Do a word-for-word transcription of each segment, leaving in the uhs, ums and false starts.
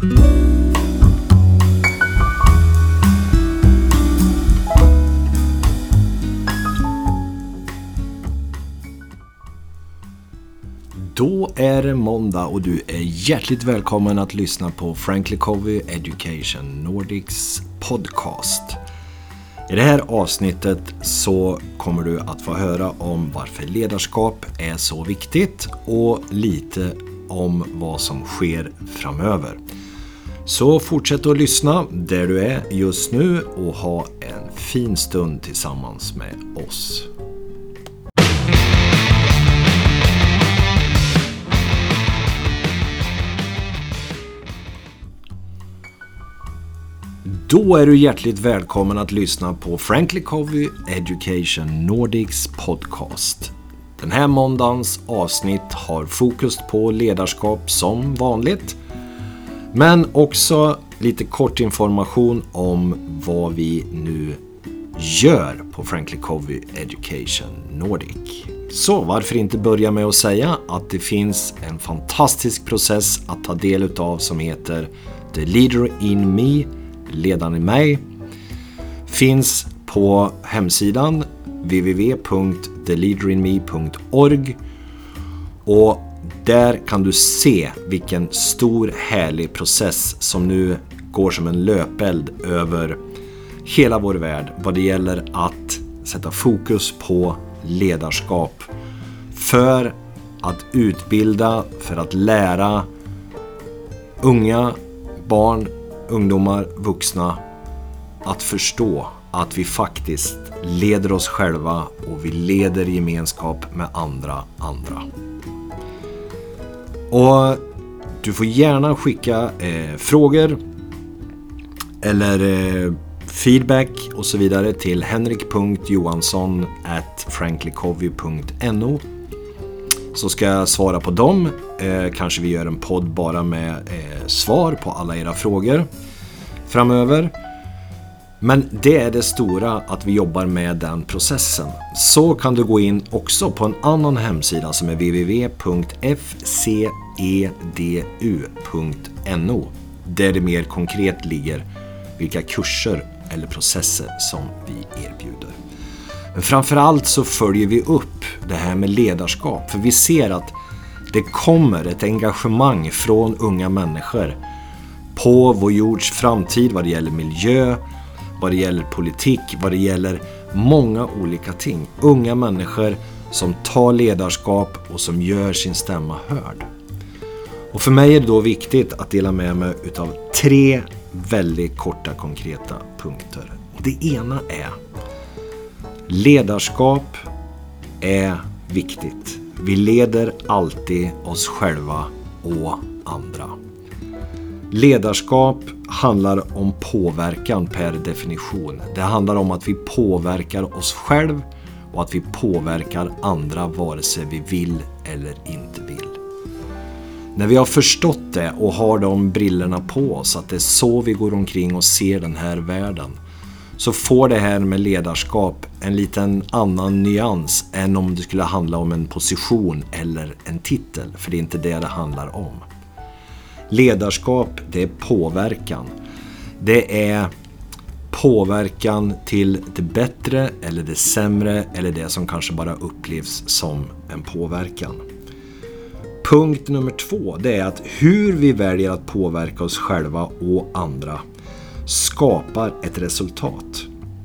Då är det måndag och du är hjärtligt välkommen att lyssna på Frankly Covey Education Nordics podcast. I det här avsnittet så kommer du att få höra om varför ledarskap är så viktigt och lite om vad som sker framöver. Så fortsätt att lyssna där du är just nu och ha en fin stund tillsammans med oss. Då är du hjärtligt välkommen att lyssna på Frankly Covey Education Nordics podcast. Den här måndagens avsnitt har fokus på ledarskap som vanligt, men också lite kort information om vad vi nu gör på Frankly Covey Education Nordic. Så varför inte börja med att säga att det finns en fantastisk process att ta del av som heter The Leader in Me, ledaren i mig, finns på hemsidan w w w punkt the leader in me punkt org, och där kan du se vilken stor härlig process som nu går som en löpeld över hela vår värld vad det gäller att sätta fokus på ledarskap för att utbilda, för att lära unga, barn, ungdomar, vuxna att förstå att vi faktiskt leder oss själva och vi leder gemenskap med andra andra. Och du får gärna skicka eh, frågor eller eh, feedback och så vidare till henrik punkt johansson at franklycovey punkt no, så ska jag svara på dem. Eh, kanske vi gör en podd bara med eh, svar på alla era frågor framöver. Men det är det stora, att vi jobbar med den processen. Så kan du gå in också på en annan hemsida som är w w w punkt f c e d u punkt no, där det mer konkret ligger vilka kurser eller processer som vi erbjuder. Men framförallt så följer vi upp det här med ledarskap, för vi ser att det kommer ett engagemang från unga människor på vår jords framtid vad det gäller miljö, vad det gäller politik, vad det gäller många olika ting. Unga människor som tar ledarskap och som gör sin stämma hörd. Och för mig är det då viktigt att dela med mig utav tre väldigt korta konkreta punkter. Och det ena är: ledarskap är viktigt. Vi leder alltid oss själva och andra. Ledarskap handlar om påverkan per definition. Det handlar om att vi påverkar oss själv och att vi påverkar andra vare sig vi vill eller inte vill. När vi har förstått det och har de brillorna på oss, att det är så vi går omkring och ser den här världen, så får det här med ledarskap en liten annan nyans än om det skulle handla om en position eller en titel, för det är inte det det handlar om. Ledarskap, det är påverkan. Det är påverkan till det bättre eller det sämre, eller det som kanske bara upplevs som en påverkan. Punkt nummer två, det är att hur vi väljer att påverka oss själva och andra skapar ett resultat.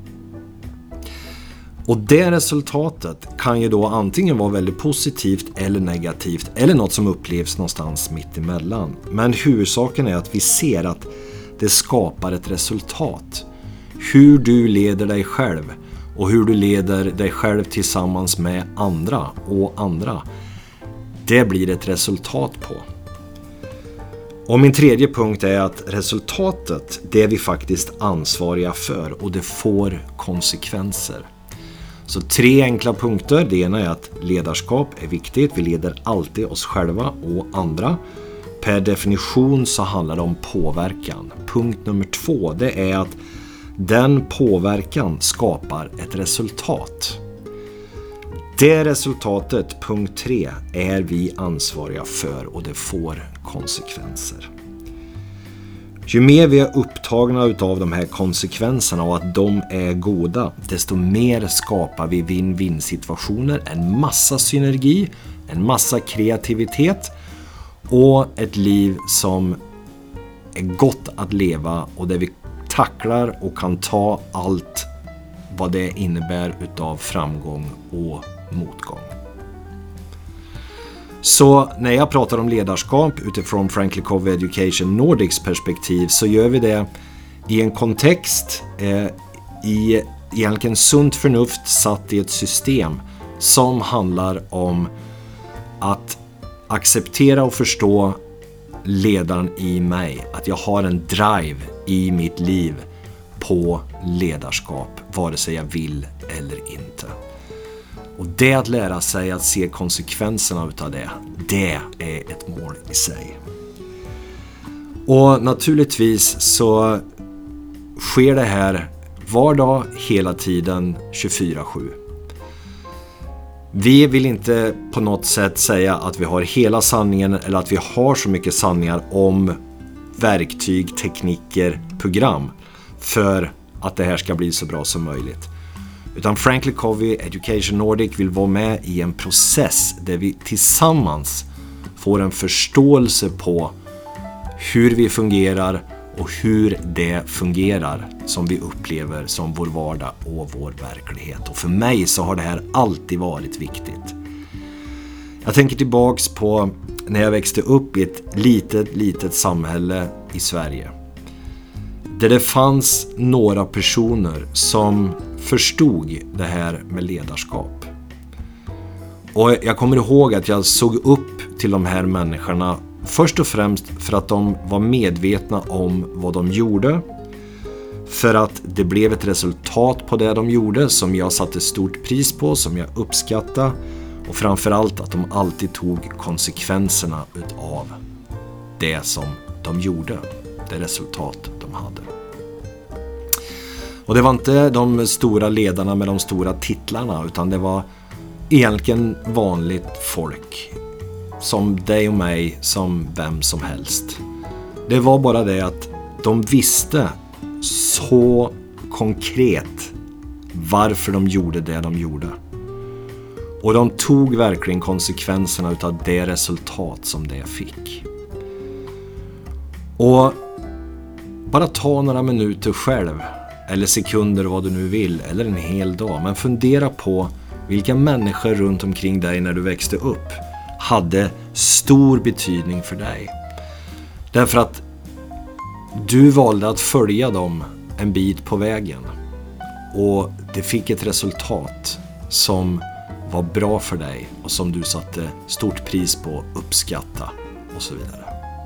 Och det resultatet kan ju då antingen vara väldigt positivt eller negativt, eller något som upplevs någonstans mitt emellan. Men huvudsaken är att vi ser att det skapar ett resultat. Hur du leder dig själv och hur du leder dig själv tillsammans med andra och andra, det blir ett resultat på. Och min tredje punkt är att resultatet, det är vi faktiskt ansvariga för, och det får konsekvenser. Så tre enkla punkter. Det ena är att ledarskap är viktigt. Vi leder alltid oss själva och andra. Per definition så handlar det om påverkan. Punkt nummer två, det är att den påverkan skapar ett resultat. Det resultatet, punkt tre, är vi ansvariga för, och det får konsekvenser. Ju mer vi är upptagna av de här konsekvenserna och att de är goda, desto mer skapar vi win-win situationer, en massa synergi, en massa kreativitet och ett liv som är gott att leva och där vi tacklar och kan ta allt vad det innebär utav framgång och motgång. Så när jag pratar om ledarskap utifrån Frankly Covey Education Nordics perspektiv så gör vi det i en kontext, eh, i egentligen sunt förnuft satt i ett system som handlar om att acceptera och förstå ledaren i mig. Att jag har en drive i mitt liv på ledarskap, vare sig jag vill eller inte. Och det att lära sig att se konsekvenserna utav det, det är ett mål i sig. Och naturligtvis så sker det här var dag, hela tiden, tjugofyra sju. Vi vill inte på något sätt säga att vi har hela sanningen eller att vi har så mycket sanningar om verktyg, tekniker, program för att det här ska bli så bra som möjligt. Utan Frankly Covey Education Nordic vill vara med i en process där vi tillsammans får en förståelse på hur vi fungerar och hur det fungerar som vi upplever som vår vardag och vår verklighet. Och för mig så har det här alltid varit viktigt. Jag tänker tillbaks på när jag växte upp i ett litet, litet samhälle i Sverige. Där det fanns några personer som förstod det här med ledarskap. Och jag kommer ihåg att jag såg upp till de här människorna först och främst för att de var medvetna om vad de gjorde. För att det blev ett resultat på det de gjorde som jag satte stort pris på, som jag uppskattade. Och framförallt att de alltid tog konsekvenserna utav det som de gjorde, det resultat de hade. Och det var inte de stora ledarna med de stora titlarna, utan det var egentligen vanligt folk. Som dig och mig, som vem som helst. Det var bara det att de visste så konkret varför de gjorde det de gjorde. Och de tog verkligen konsekvenserna utav det resultat som det fick. Och bara ta några minuter själv, eller sekunder vad du nu vill, eller en hel dag. Men fundera på vilka människor runt omkring dig när du växte upp hade stor betydning för dig. Därför att du valde att följa dem en bit på vägen. Och det fick ett resultat som var bra för dig och som du satte stort pris på, uppskatta och så vidare.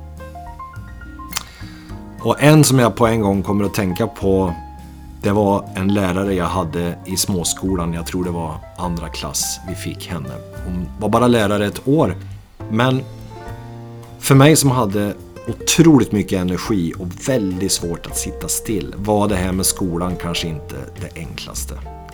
Och en som jag på en gång kommer att tänka på, det var en lärare jag hade i småskolan. Jag tror det var andra klass vi fick henne. Hon var bara lärare ett år. Men för mig som hade otroligt mycket energi och väldigt svårt att sitta still var det här med skolan kanske inte det enklaste.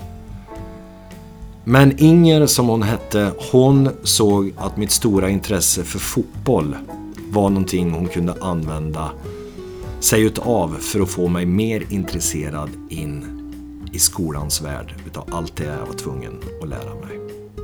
Men Inger, som hon hette, hon såg att mitt stora intresse för fotboll var någonting hon kunde använda sig utav för att få mig mer intresserad in i skolans värld utav allt det jag var tvungen att lära mig.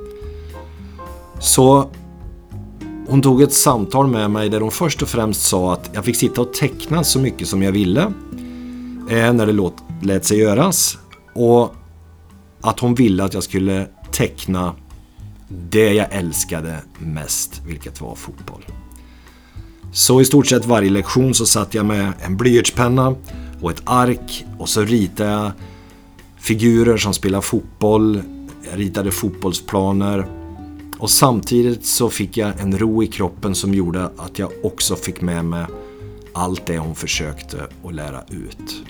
Så hon tog ett samtal med mig där hon först och främst sa att jag fick sitta och teckna så mycket som jag ville eh, när det låt, lät sig göras, och att hon ville att jag skulle teckna det jag älskade mest, vilket var fotboll. Så i stort sett varje lektion så satt jag med en blyertspenna och ett ark och så ritade jag figurer som spelar fotboll, jag ritade fotbollsplaner, och samtidigt så fick jag en ro i kroppen som gjorde att jag också fick med mig allt det hon försökte att lära ut.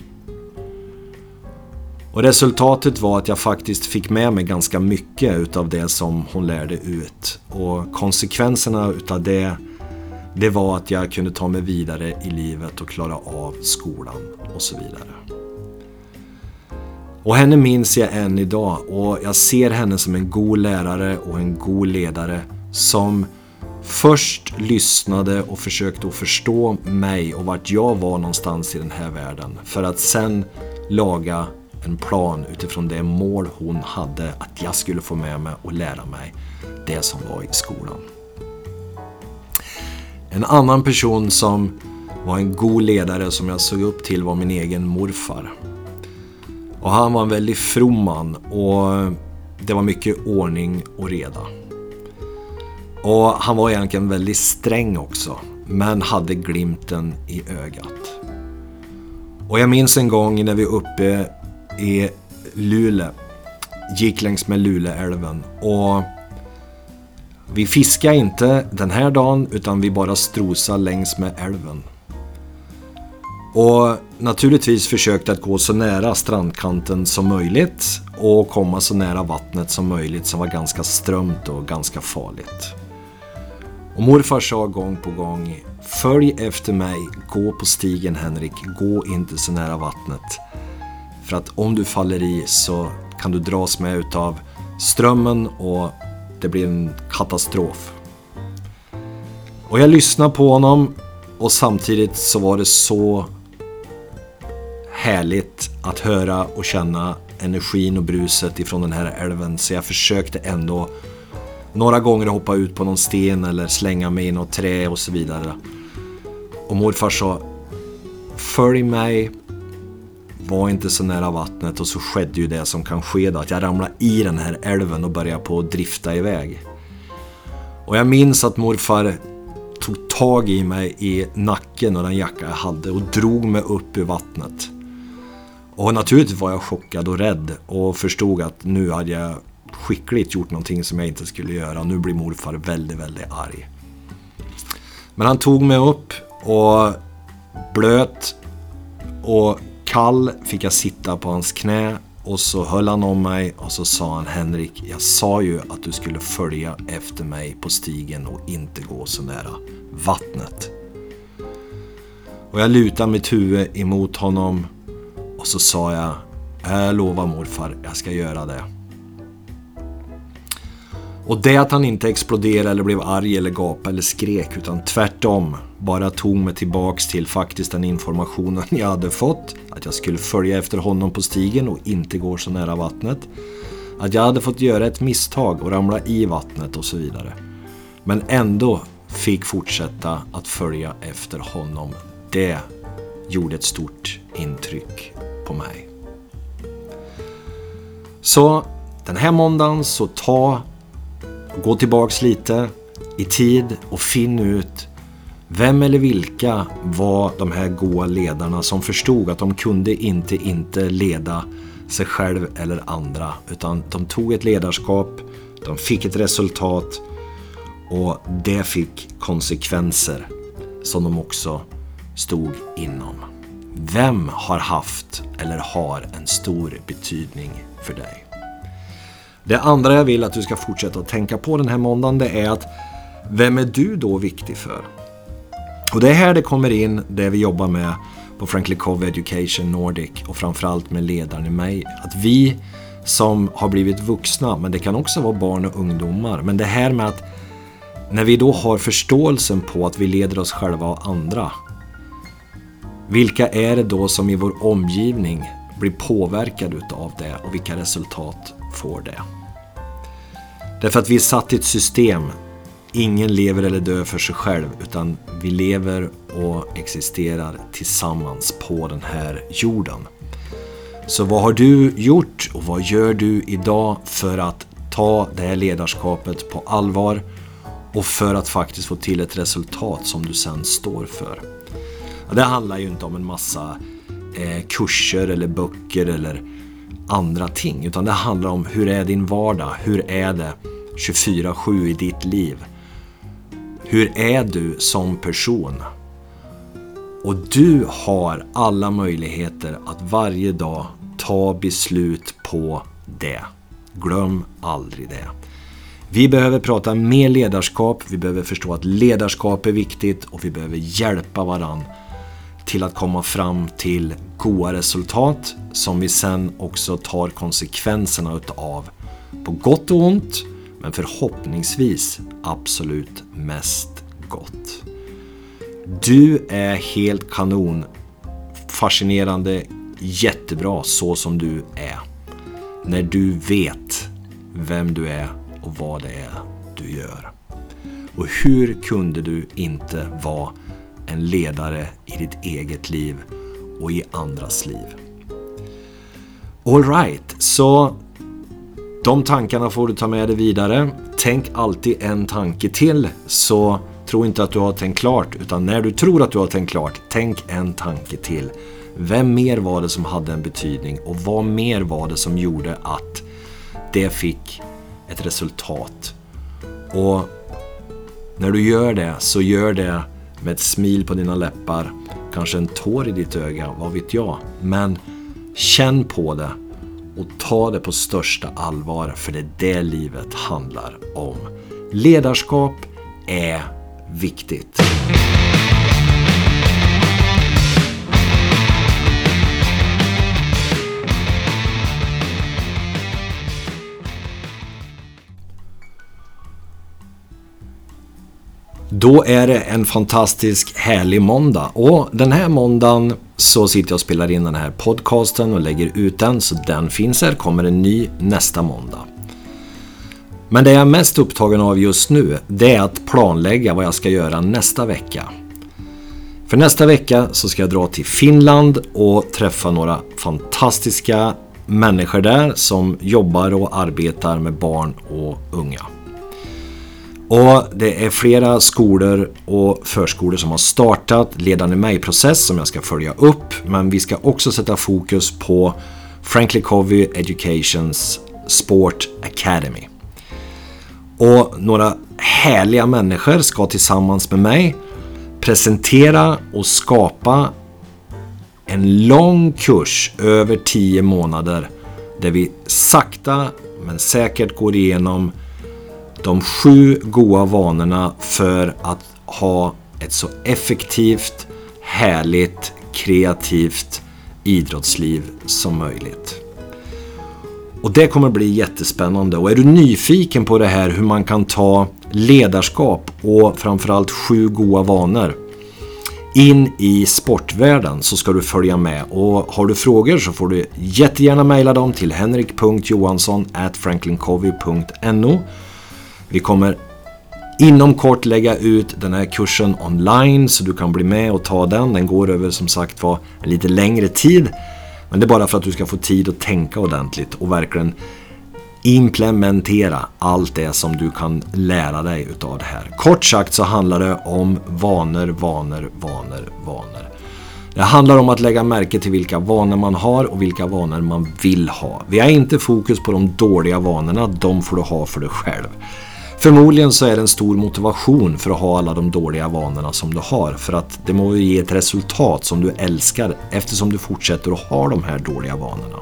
Och resultatet var att jag faktiskt fick med mig ganska mycket utav det som hon lärde ut, och konsekvenserna utav det Det var att jag kunde ta mig vidare i livet och klara av skolan och så vidare. Och henne minns jag än idag, och jag ser henne som en god lärare och en god ledare som först lyssnade och försökte att förstå mig och vart jag var någonstans i den här världen. För att sen laga en plan utifrån det mål hon hade att jag skulle få med mig och lära mig det som var i skolan. En annan person som var en god ledare som jag såg upp till var min egen morfar. Och han var en väldigt from man och det var mycket ordning och reda. Och han var egentligen väldigt sträng också, men hade glimten i ögat. Och jag minns en gång när vi uppe i Luleå gick längs med Luleälven och vi fiskade inte den här dagen utan vi bara strosade längs med älven. Och naturligtvis försökte att gå så nära strandkanten som möjligt och komma så nära vattnet som möjligt som var ganska strömt och ganska farligt. Och morfar sa gång på gång: följ efter mig, gå på stigen Henrik, gå inte så nära vattnet. För att om du faller i så kan du dras med utav strömmen och det blir en katastrof. Och jag lyssnade på honom och samtidigt så var det så härligt att höra och känna energin och bruset ifrån den här älven. Så jag försökte ändå några gånger hoppa ut på någon sten eller slänga mig i något trä och så vidare. Och morfar sa: följ mig, var inte så nära vattnet. Och så skedde ju det som kan ske då, att jag ramlade i den här älven och började på att drifta iväg. Och jag minns att morfar tog tag i mig i nacken och den jacka jag hade och drog mig upp ur vattnet. Och naturligtvis var jag chockad och rädd och förstod att nu hade jag skickligt gjort någonting som jag inte skulle göra. Nu blir morfar väldigt, väldigt arg. Men han tog mig upp och blöt och kall fick jag sitta på hans knä och så höll han om mig och så sa han: Henrik, jag sa ju att du skulle följa efter mig på stigen och inte gå så nära vattnet. Och jag lutade mitt huvud emot honom och så sa jag: jag lovar morfar, jag ska göra det. Och det att han inte exploderade eller blev arg eller gapade eller skrek, utan tvärtom bara tog mig tillbaks till faktiskt den informationen jag hade fått, att jag skulle följa efter honom på stigen och inte gå så nära vattnet, att jag hade fått göra ett misstag och ramla i vattnet och så vidare, men ändå fick fortsätta att följa efter honom. Det gjorde ett stort intryck på mig. Så den här måndagen så ta gå tillbaks lite i tid och finn ut vem eller vilka var de här goda ledarna som förstod att de kunde inte inte leda sig själv eller andra, utan de tog ett ledarskap, de fick ett resultat och det fick konsekvenser som de också stod inom. Vem har haft eller har en stor betydning för dig? Det andra jag vill att du ska fortsätta att tänka på den här måndagen, det är att vem är du då viktig för? Och det är här det kommer in, det vi jobbar med på Frankly Covey Education Nordic och framförallt med ledaren i mig. Att vi som har blivit vuxna, men det kan också vara barn och ungdomar, men det här med att när vi då har förståelsen på att vi leder oss själva och andra, vilka är det då som i vår omgivning blir påverkade utav det och vilka resultat får det? Därför att vi är satt i ett system. Ingen lever eller dör för sig själv, utan vi lever och existerar tillsammans på den här jorden. Så vad har du gjort och vad gör du idag för att ta det här ledarskapet på allvar och för att faktiskt få till ett resultat som du sen står för? Det handlar ju inte om en massa eh, kurser eller böcker eller andra ting, utan det handlar om hur är din vardag, hur är det tjugofyra sju i ditt liv, hur är du som person? Och du har alla möjligheter att varje dag ta beslut på det. Glöm aldrig det. Vi behöver prata mer ledarskap, vi behöver förstå att ledarskap är viktigt och vi behöver hjälpa varann till att komma fram till goda resultat som vi sen också tar konsekvenserna utav på gott och ont, men förhoppningsvis absolut mest gott. Du är helt kanon, fascinerande, jättebra så som du är. När du vet vem du är och vad det är du gör. Och hur kunde du inte vara en ledare i ditt eget liv och i andras liv? All right, så de tankarna får du ta med dig vidare. Tänk alltid en tanke till, så tro inte att du har tänkt klart, utan när du tror att du har tänkt klart, tänk en tanke till. Vem mer var det som hade en betydning och vad mer var det som gjorde att det fick ett resultat? Och när du gör det, så gör det med ett smil på dina läppar, kanske en tår i ditt öga, vad vet jag. Men känn på det och ta det på största allvar, för det är det livet handlar om. Ledarskap är viktigt. Då är det en fantastisk härlig måndag, och den här måndagen så sitter jag och spelar in den här podcasten och lägger ut den, så den finns här, kommer en ny nästa måndag. Men det jag är mest upptagen av just nu, det är att planlägga vad jag ska göra nästa vecka. För nästa vecka så ska jag dra till Finland och träffa några fantastiska människor där som jobbar och arbetar med barn och unga. Och det är flera skolor och förskolor som har startat ledande mig-process som jag ska följa upp. Men vi ska också sätta fokus på Frankly Covey Educations Sport Academy. Och några härliga människor ska tillsammans med mig presentera och skapa en lång kurs över tio månader där vi sakta men säkert går igenom de sju goda vanorna för att ha ett så effektivt, härligt, kreativt idrottsliv som möjligt. Och det kommer bli jättespännande. Och är du nyfiken på det här, hur man kan ta ledarskap och framförallt sju goda vanor in i sportvärlden, så ska du följa med. Och har du frågor så får du jättegärna mejla dem till henrik punkt johansson at franklincovey punkt no. Vi kommer inom kort lägga ut den här kursen online, så du kan bli med och ta den. Den går över som sagt var en lite längre tid. Men det är bara för att du ska få tid att tänka ordentligt och verkligen implementera allt det som du kan lära dig utav det här. Kort sagt så handlar det om vanor, vanor, vanor, vanor. Det handlar om att lägga märke till vilka vanor man har och vilka vanor man vill ha. Vi har inte fokus på de dåliga vanorna, de får du ha för dig själv. Förmodligen så är det en stor motivation för att ha alla de dåliga vanorna som du har, för att det må ge ett resultat som du älskar eftersom du fortsätter att ha de här dåliga vanorna.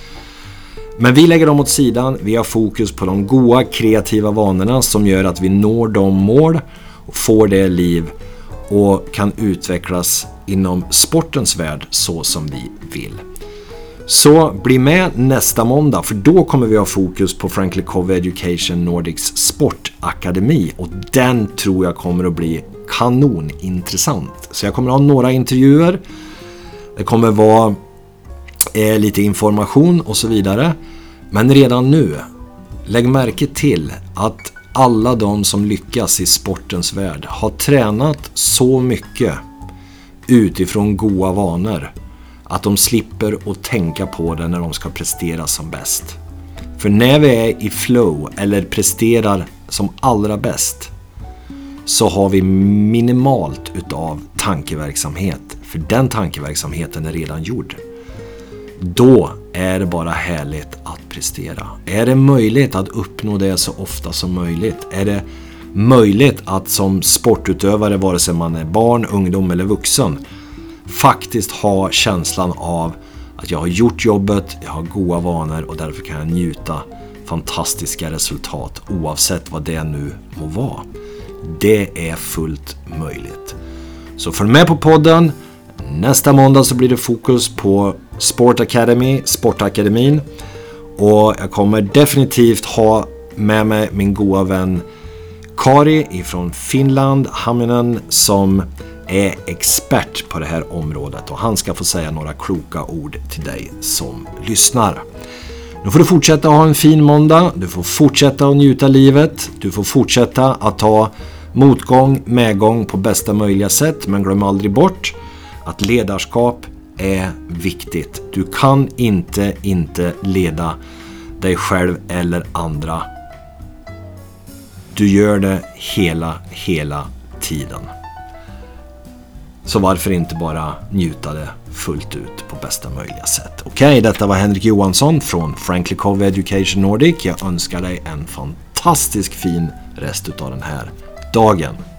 Men vi lägger dem åt sidan, vi har fokus på de goda kreativa vanorna som gör att vi når de mål och får det liv och kan utvecklas inom sportens värld så som vi vill. Så bli med nästa måndag, för då kommer vi ha fokus på Frankly Covey Education Nordics Sportakademi, och den tror jag kommer att bli kanonintressant. Så jag kommer ha några intervjuer, det kommer vara eh, lite information och så vidare. Men redan nu, lägg märke till att alla de som lyckas i sportens värld har tränat så mycket utifrån goda vanor att de slipper att tänka på det när de ska prestera som bäst. För när vi är i flow eller presterar som allra bäst, så har vi minimalt utav tankeverksamhet. För den tankeverksamheten är redan gjord. Då är det bara härligt att prestera. Är det möjligt att uppnå det så ofta som möjligt? Är det möjligt att som sportutövare, vare sig man är barn, ungdom eller vuxen, faktiskt ha känslan av att jag har gjort jobbet, jag har goda vanor och därför kan jag njuta fantastiska resultat oavsett vad det nu må vara. Det är fullt möjligt. Så följ med på podden. Nästa måndag så blir det fokus på Sport Academy, Sportakademin, och jag kommer definitivt ha med mig min goda vän Kari ifrån Finland, Haminen, som är expert på det här området, och han ska få säga några kloka ord till dig som lyssnar. Nu får du fortsätta ha en fin måndag, du får fortsätta att njuta livet, du får fortsätta att ta motgång, medgång på bästa möjliga sätt, men glöm aldrig bort att ledarskap är viktigt. Du kan inte inte leda dig själv eller andra. Du gör det hela, hela tiden. Så varför inte bara njuta det fullt ut på bästa möjliga sätt. Okej, okay, detta var Henrik Johansson från Frankly Covey Education Nordic. Jag önskar dig en fantastisk fin rest av den här dagen.